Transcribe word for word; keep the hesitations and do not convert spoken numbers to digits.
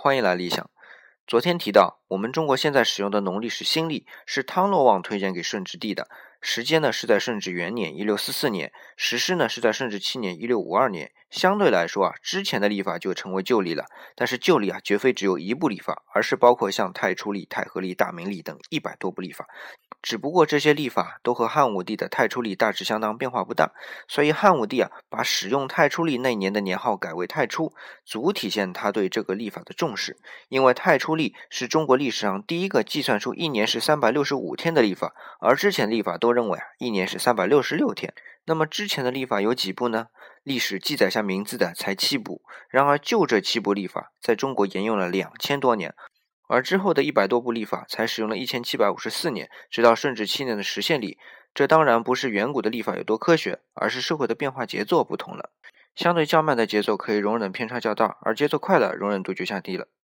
欢迎来理想。昨天提到，我们中国现在使用的农历是新历，是汤若望推荐给顺治帝的，时间呢是在顺治元年一六四四年，实施呢是在顺治七年一六五二年。相对来说啊，之前的历法就成为旧历了。但是旧历啊，绝非只有一部历法，而是包括像太初历、太和历、大明历等一百多部历法。只不过这些历法都和汉武帝的太初历大致相当，变化不大。所以汉武帝啊，把使用太初历那年的年号改为太初，足体现他对这个历法的重视。因为太初历是中国历史上第一个计算出一年是三百六十五天的历法，而之前的历法都认为啊，一年是三百六十六天。那么之前的历法有几部呢？历史记载下名字的才七部，然而就这七部历法在中国沿用了两千多年，而之后的一百多部历法才使用了一千七百五十四年，直到顺治七年的实现历。这当然不是远古的历法有多科学，而是社会的变化节奏不同了。相对较慢的节奏可以容忍偏差较大，而节奏快的容忍度就降低了。